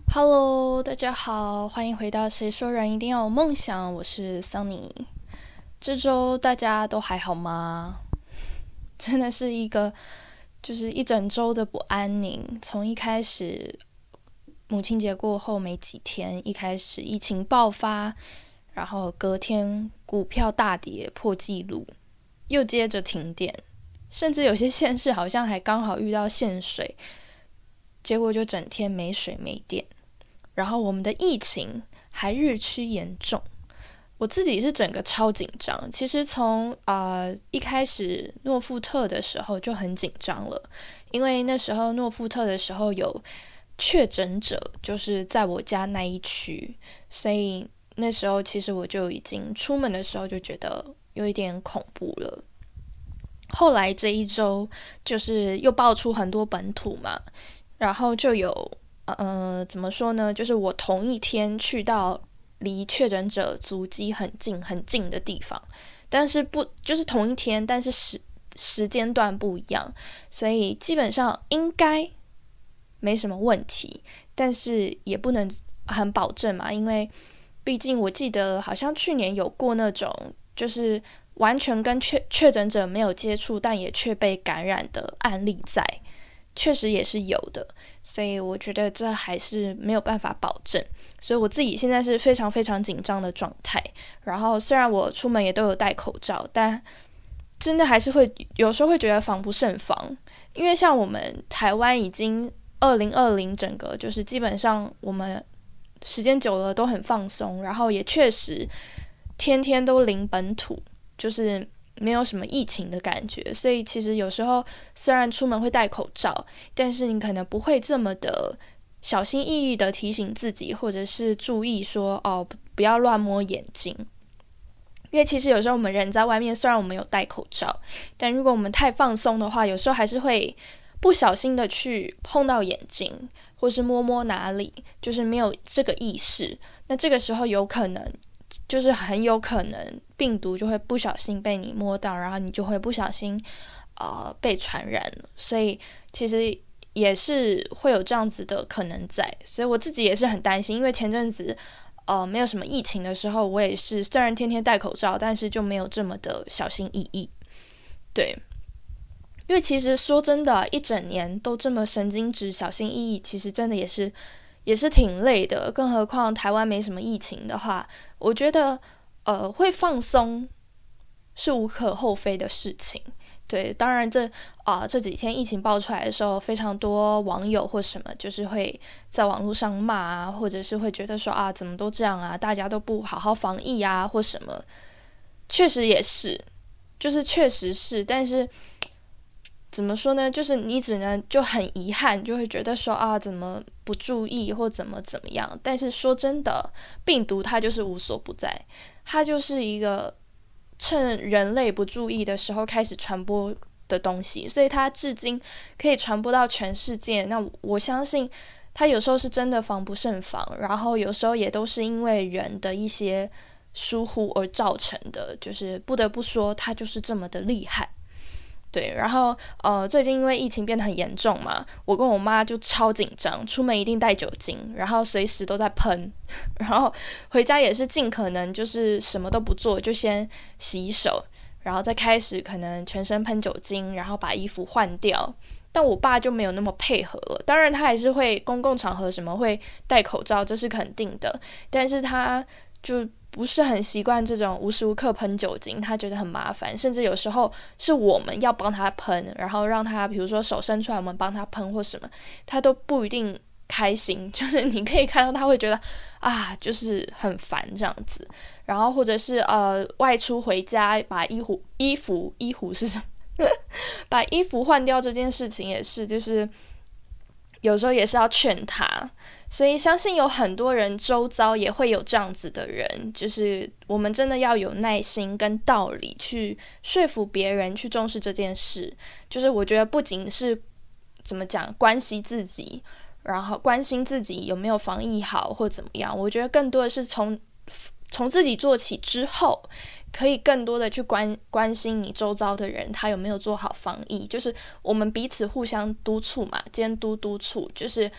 Hello，大家好，欢迎回到谁说人一定要有梦想，我是 Sunny。这周大家都还好吗？真的是一整周的不安宁。从一开始母亲节过后没几天，一开始疫情爆发，然后隔天股票大跌破纪录，又接着停电，甚至有些县市好像还刚好遇到限水，结果就整天没水没电。然后我们的疫情还日趋严重，我自己是整个超紧张。其实从一开始诺富特的时候就很紧张了，因为那时候诺富特的时候有确诊者，就是在我家那一区，所以那时候其实我就已经出门的时候就觉得有一点恐怖了。后来这一周就是又爆出很多本土嘛，然后就有怎么说呢？就是我同一天去到离确诊者足迹很近的地方，但是就是同一天，但是时间段不一样，所以基本上应该没什么问题，但是也不能很保证嘛，因为毕竟我记得好像去年有过那种就是完全跟确诊者没有接触，但也却被感染的案例在。确实也是有的，所以我觉得这还是没有办法保证，所以我自己现在是非常非常紧张的状态。然后虽然我出门也都有戴口罩，但真的还是会有时候会觉得防不胜防，因为像我们台湾已经2020整个就是基本上我们时间久了都很放松，然后也确实天天都零本土，就是没有什么疫情的感觉，所以其实有时候虽然出门会戴口罩，但是你可能不会这么的小心翼翼的提醒自己，或者是注意说不要乱摸眼睛。因为其实有时候我们人在外面，虽然我们有戴口罩，但如果我们太放松的话，有时候还是会不小心的去碰到眼睛，或是摸哪里，就是没有这个意识。那这个时候就是很有可能病毒就会不小心被你摸到，然后你就会不小心被传染了，所以其实也是会有这样子的可能在，所以我自己也是很担心，因为前阵子没有什么疫情的时候，我也是虽然天天戴口罩，但是就没有这么的小心翼翼。对，因为其实说真的，一整年都这么神经质、小心翼翼，其实真的也是挺累的，更何况台湾没什么疫情的话，我觉得会放松是无可厚非的事情。对，当然这几天疫情爆出来的时候，非常多网友或什么就是会在网络上骂啊，或者是会觉得说怎么都这样啊，大家都不好好防疫啊或什么，确实也是，就是确实是，但是怎么说呢？就是你只能就很遗憾，就会觉得说怎么不注意或怎么样。但是说真的，病毒它就是无所不在，它就是一个趁人类不注意的时候开始传播的东西，所以它至今可以传播到全世界。那我相信它有时候是真的防不胜防，然后有时候也都是因为人的一些疏忽而造成的，就是不得不说它就是这么的厉害。对，然后最近因为疫情变得很严重嘛，我跟我妈就超紧张，出门一定带酒精，然后随时都在喷，然后回家也是尽可能就是什么都不做，就先洗手，然后再开始可能全身喷酒精，然后把衣服换掉。但我爸就没有那么配合了，当然他还是会公共场合什么会戴口罩，这是肯定的，但是他就不是很习惯这种无时无刻喷酒精，他觉得很麻烦，甚至有时候是我们要帮他喷，然后让他比如说手伸出来我们帮他喷或什么，他都不一定开心，就是你可以看到他会觉得就是很烦这样子。然后或者是外出回家把衣服是什么把衣服换掉这件事情也是，就是有时候也是要劝他，所以相信有很多人周遭也会有这样子的人，就是我们真的要有耐心跟道理去说服别人去重视这件事。就是我觉得不仅是怎么讲关心自己，然后关心自己有没有防疫好或怎么样，我觉得更多的是从自己做起之后，可以更多的去关心你周遭的人他有没有做好防疫，就是我们彼此互相督促嘛，监督督促，就是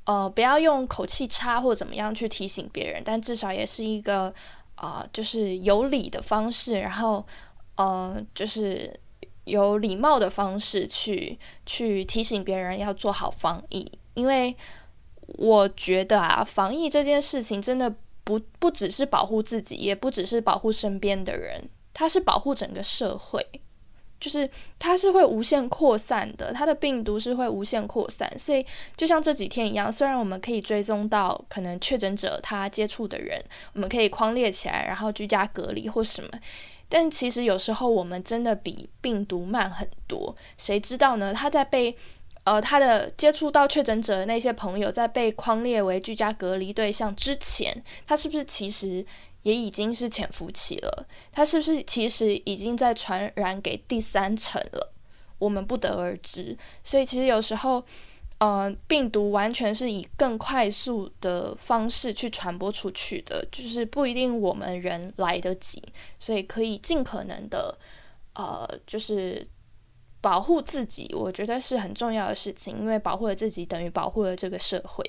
不要用口气差或怎么样去提醒别人，但至少也是一个就是有礼的方式，然后就是有礼貌的方式去提醒别人要做好防疫。因为我觉得防疫这件事情真的不只是保护自己，也不只是保护身边的人，它是保护整个社会。就是它是会无限扩散的，它的病毒是会无限扩散，所以就像这几天一样，虽然我们可以追踪到可能确诊者他接触的人，我们可以匡列起来，然后居家隔离或什么，但其实有时候我们真的比病毒慢很多。谁知道呢？他在被他的接触到确诊者的那些朋友在被匡列为居家隔离对象之前，他是不是其实也已经是潜伏期了？他是不是其实已经在传染给第3层了？我们不得而知。所以其实有时候病毒完全是以更快速的方式去传播出去的，就是不一定我们人来得及，所以可以尽可能的就是保护自己，我觉得是很重要的事情，因为保护了自己等于保护了这个社会。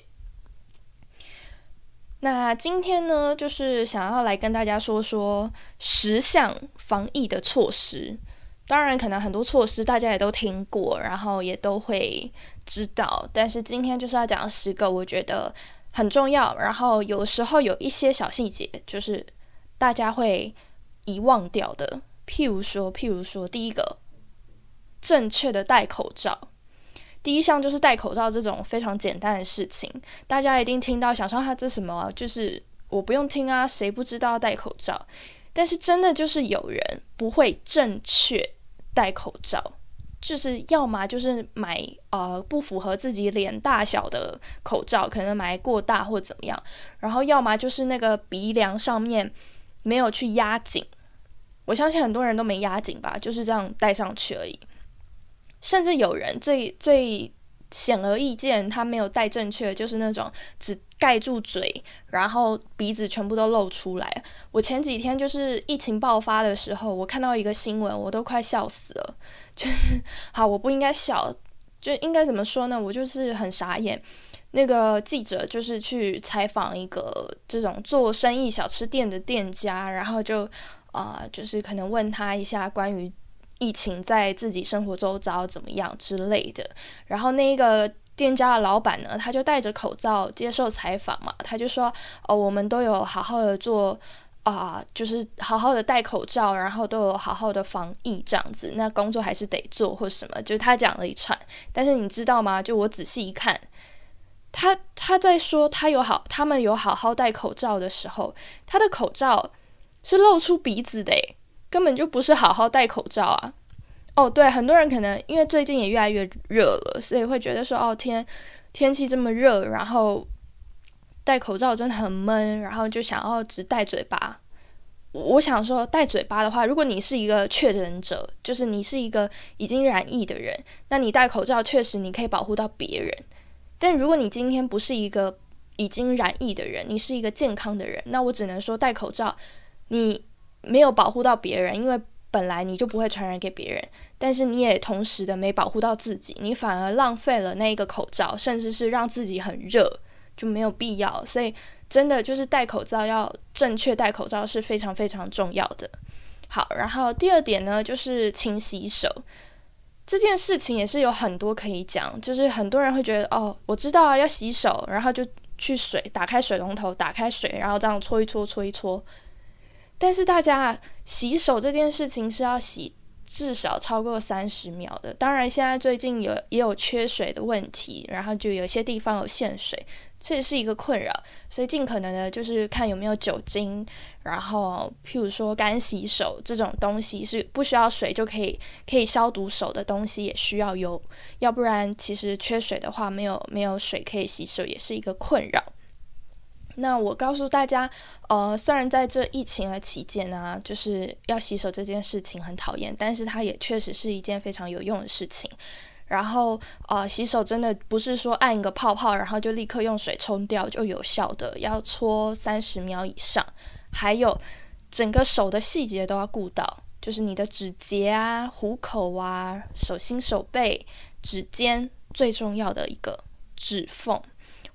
那今天呢，就是想要来跟大家说说10项防疫的措施。当然可能很多措施大家也都听过，然后也都会知道，但是今天就是要讲10个我觉得很重要，然后有时候有一些小细节就是大家会遗忘掉的。譬如说第一个，正确的戴口罩。第一项就是戴口罩这种非常简单的事情，大家一定听到想说它这什么就是我不用听啊，谁不知道戴口罩？但是真的就是有人不会正确戴口罩，就是要么就是买不符合自己脸大小的口罩，可能买过大或怎么样，然后要么就是那个鼻梁上面没有去压紧。我相信很多人都没压紧吧，就是这样戴上去而已。甚至有人最显而易见他没有戴正确，就是那种只盖住嘴，然后鼻子全部都露出来。我前几天就是疫情爆发的时候，我看到一个新闻，我都快笑死了。就是好，我不应该笑，就应该怎么说呢？我就是很傻眼。那个记者就是去采访一个这种做生意小吃店的店家，然后就是可能问他一下关于疫情在自己生活周遭怎么样之类的。然后那个店家的老板呢，他就戴着口罩接受采访嘛，他就说我们都有好好的做就是好好的戴口罩，然后都有好好的防疫这样子，那工作还是得做或什么，就是他讲了一串。但是你知道吗？就我仔细一看，他在说他们有好好戴口罩的时候，他的口罩是露出鼻子的耶，根本就不是好好戴口罩啊。对，很多人可能因为最近也越来越热了，所以会觉得说天气这么热，然后戴口罩真的很闷，然后就想要只戴嘴巴。我想说戴嘴巴的话，如果你是一个确诊者，就是你是一个已经染疫的人，那你戴口罩确实你可以保护到别人。但如果你今天不是一个已经染疫的人，你是一个健康的人，那我只能说戴口罩你没有保护到别人，因为本来你就不会传染给别人，但是你也同时的没保护到自己，你反而浪费了那一个口罩，甚至是让自己很热，就没有必要。所以真的就是戴口罩要正确戴口罩是非常非常重要的。好，然后第二点呢，就是勤洗手。这件事情也是有很多可以讲，就是很多人会觉得我知道啊，要洗手，然后就去打开水龙头，打开水，然后这样搓一搓。但是大家洗手这件事情是要洗至少超过30秒的。当然现在最近也有缺水的问题，然后就有些地方有限水，这也是一个困扰，所以尽可能的就是看有没有酒精，然后譬如说干洗手这种东西是不需要水就可以消毒手的东西也需要有，要不然其实缺水的话没有水可以洗手也是一个困扰。那我告诉大家虽然在这疫情的期间啊，就是要洗手这件事情很讨厌，但是它也确实是一件非常有用的事情。然后洗手真的不是说按一个泡泡然后就立刻用水冲掉就有效的，要搓30秒以上，还有整个手的细节都要顾到，就是你的指节啊、虎口啊、手心手背、指尖，最重要的一个指缝。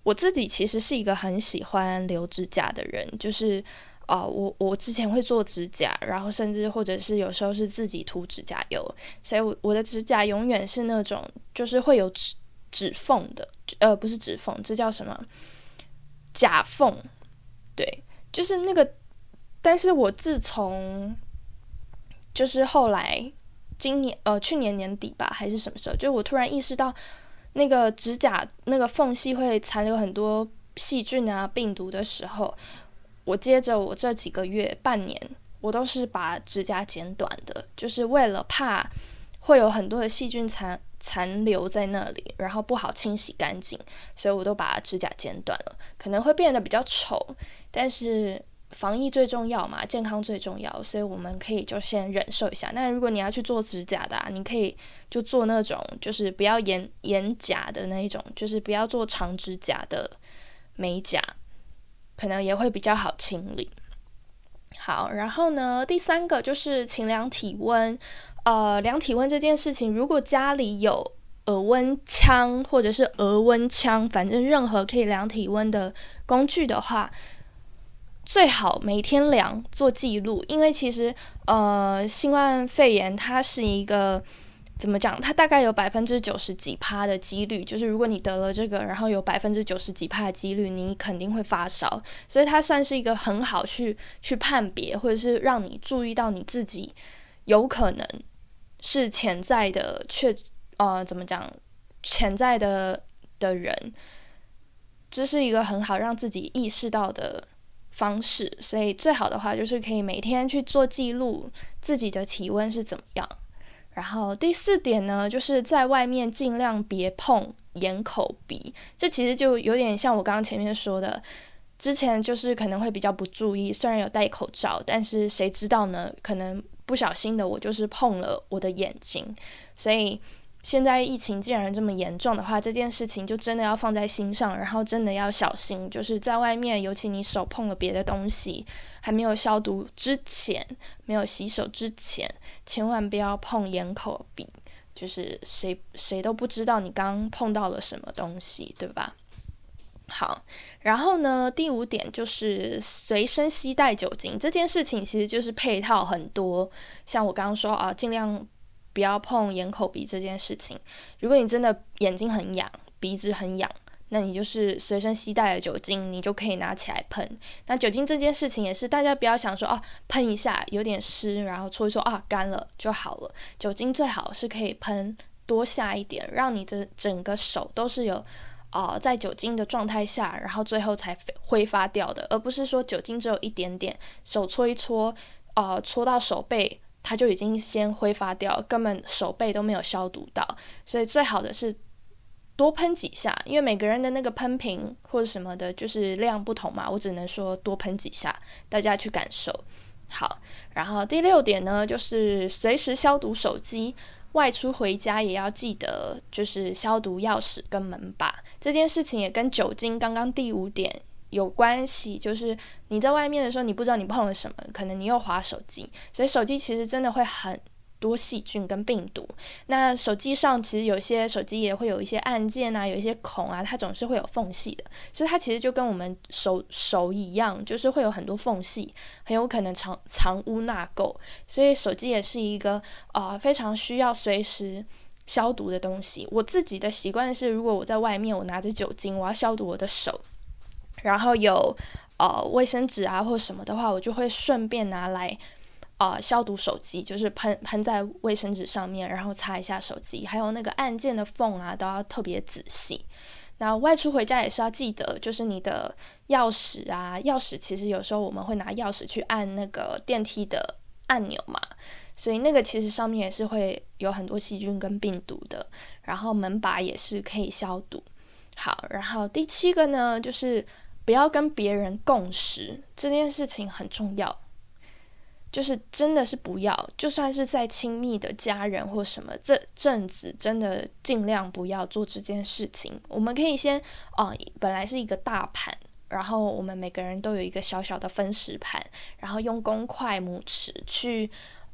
我自己其实是一个很喜欢留指甲的人，就是我之前会做指甲，然后甚至或者是有时候是自己涂指甲油，所以我的指甲永远是那种就是会有指缝的，不是指缝，这叫什么？甲缝，对，就是那个。但是我自从就是后来去年年底吧，还是什么时候，就我突然意识到那个指甲那个缝隙会残留很多细菌啊、病毒的时候，我接着我这几个月半年，我都是把指甲剪短的，就是为了怕会有很多的细菌残留在那里，然后不好清洗干净，所以我都把指甲剪短了，可能会变得比较丑，但是防疫最重要嘛，健康最重要，所以我们可以就先忍受一下。那如果你要去做指甲的你可以就做那种就是不要眼甲的那一种，就是不要做长指甲的美甲，可能也会比较好清理。好，然后呢，第3个就是请量体温。量体温这件事情，如果家里有耳温枪或者是额温枪，反正任何可以量体温的工具的话，最好每天量做记录，因为其实新冠肺炎它是一个怎么讲？它大概有90%几%的几率，就是如果你得了这个，然后有90%几%的几率，你肯定会发烧，所以它算是一个很好去判别，或者是让你注意到你自己有可能是潜在的怎么讲？潜在的人，这是一个很好让自己意识到的方式，所以最好的话就是可以每天去做记录自己的体温是怎么样。然后第4点呢，就是在外面尽量别碰眼口鼻，这其实就有点像我刚刚前面说的，之前就是可能会比较不注意，虽然有戴口罩，但是谁知道呢？可能不小心的我就是碰了我的眼睛，所以现在疫情既然这么严重的话，这件事情就真的要放在心上，然后真的要小心，就是在外面，尤其你手碰了别的东西，还没有消毒之前，没有洗手之前，千万不要碰眼口鼻，就是谁都不知道你刚碰到了什么东西，对吧？好，然后呢，第5点就是随身携带酒精，这件事情其实就是配套很多，像我刚刚说尽量不要碰眼口鼻这件事情。如果你真的眼睛很痒，鼻子很痒，那你就是随身携带的酒精，你就可以拿起来喷。那酒精这件事情也是，大家不要想说喷一下有点湿，然后搓一搓干了就好了。酒精最好是可以喷多下一点，让你的整个手都是有在酒精的状态下，然后最后才挥发掉的，而不是说酒精只有一点点，手搓一搓，搓到手背，它就已经先挥发掉，根本手背都没有消毒到。所以最好的是多喷几下，因为每个人的那个喷瓶或者什么的，就是量不同嘛，我只能说多喷几下，大家去感受。好，然后第6点呢，就是随时消毒手机。外出回家也要记得，就是消毒钥匙跟门把，这件事情也跟酒精刚刚第5点有关系，就是你在外面的时候，你不知道你碰了什么，可能你又滑手机，所以手机其实真的会很多细菌跟病毒。那手机上其实有些手机也会有一些按键有一些孔它总是会有缝隙的，所以它其实就跟我们手一样，就是会有很多缝隙，很有可能藏污纳垢，所以手机也是一个非常需要随时消毒的东西。我自己的习惯是，如果我在外面，我拿着酒精，我要消毒我的手，然后有卫生纸或什么的话，我就会顺便拿来消毒手机，就是喷在卫生纸上面，然后擦一下手机，还有那个按键的缝都要特别仔细。那外出回家也是要记得，就是你的钥匙钥匙其实有时候我们会拿钥匙去按那个电梯的按钮嘛，所以那个其实上面也是会有很多细菌跟病毒的。然后门把也是可以消毒。好，然后第7个呢，就是不要跟别人共食，这件事情很重要。就是真的是不要，就算是在亲密的家人或什么，这阵子真的尽量不要做这件事情。我们可以先本来是一个大盘，然后我们每个人都有一个小小的分食盘，然后用公筷母匙去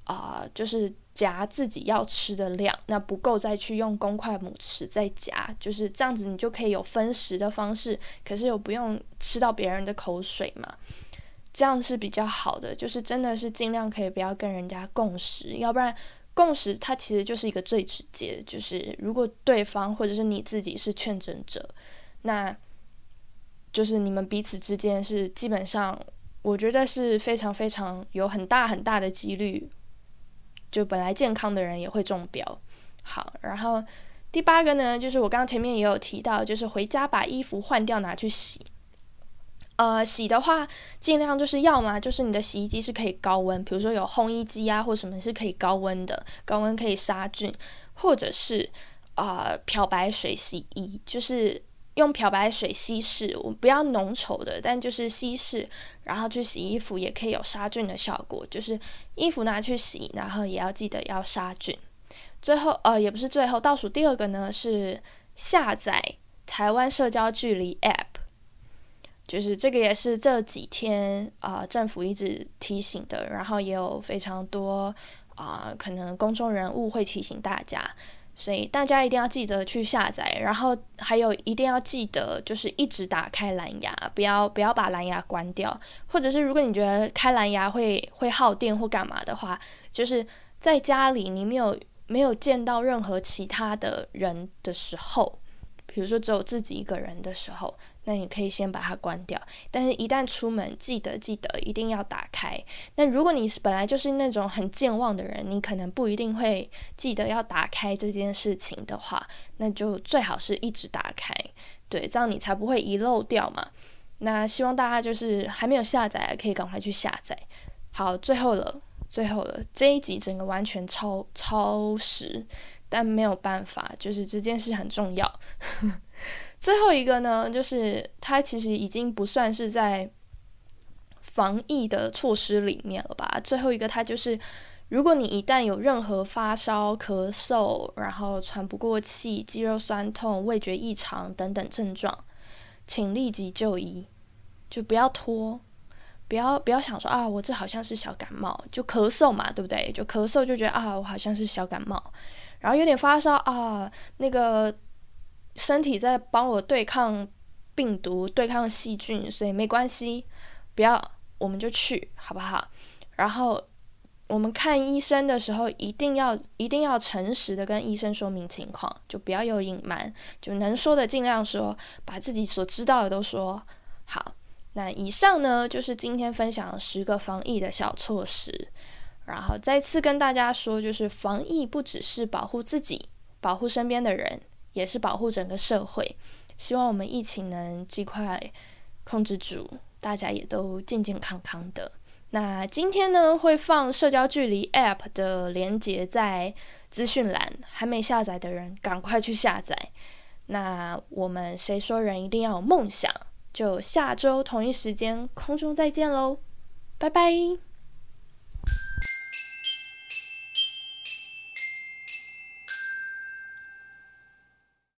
就是夹自己要吃的量，那不够再去用公筷母匙再夹，就是这样子你就可以有分食的方式，可是又不用吃到别人的口水嘛，这样是比较好的，就是真的是尽量可以不要跟人家共食，要不然共识它其实就是一个最直接，就是如果对方或者是你自己是确诊者，那就是你们彼此之间是基本上我觉得是非常非常有很大很大的几率，就本来健康的人也会中标。好，然后第8个呢，就是我刚刚前面也有提到，就是回家把衣服换掉拿去洗。洗的话，尽量就是要么就是你的洗衣机是可以高温，比如说有烘衣机啊，或什么是可以高温的，高温可以杀菌，或者是漂白水洗衣，就是用漂白水稀释，我不要浓稠的，但就是稀释，然后去洗衣服也可以有杀菌的效果，就是衣服拿去洗，然后也要记得要杀菌。最后也不是最后，倒数第2个呢是下载台湾社交距离 App。就是这个也是这几天政府一直提醒的，然后也有非常多可能公众人物会提醒大家，所以大家一定要记得去下载，然后还有一定要记得就是一直打开蓝牙，不要把蓝牙关掉，或者是如果你觉得开蓝牙会耗电或干嘛的话，就是在家里你没有见到任何其他的人的时候，比如说只有自己一个人的时候，那你可以先把它关掉，但是一旦出门记得一定要打开。那如果你本来就是那种很健忘的人，你可能不一定会记得要打开这件事情的话，那就最好是一直打开，对，这样你才不会遗漏掉嘛。那希望大家就是还没有下载可以赶快去下载。好，最后了，这一集整个完全超时，但没有办法，就是这件事很重要。最后一个呢，就是它其实已经不算是在防疫的措施里面了吧。最后一个它就是，如果你一旦有任何发烧、咳嗽，然后喘不过气、肌肉酸痛、味觉异常等等症状，请立即就医，就不要拖。不要想说我这好像是小感冒，就咳嗽嘛，对不对？就咳嗽就觉得我好像是小感冒，然后有点发烧那个身体在帮我对抗病毒、对抗细菌，所以没关系，不要我们就去，好不好？然后我们看医生的时候，一定要诚实的跟医生说明情况，就不要有隐瞒，就能说的尽量说，把自己所知道的都说好。那以上呢，就是今天分享10个防疫的小措施。然后再次跟大家说，就是防疫不只是保护自己、保护身边的人，也是保护整个社会。希望我们疫情能尽快控制住，大家也都健健康康的。那今天呢，会放社交距离 App 的连结在资讯栏，还没下载的人赶快去下载。那我们谁说人一定要有梦想？就下周同一时间空中再见喽，拜拜。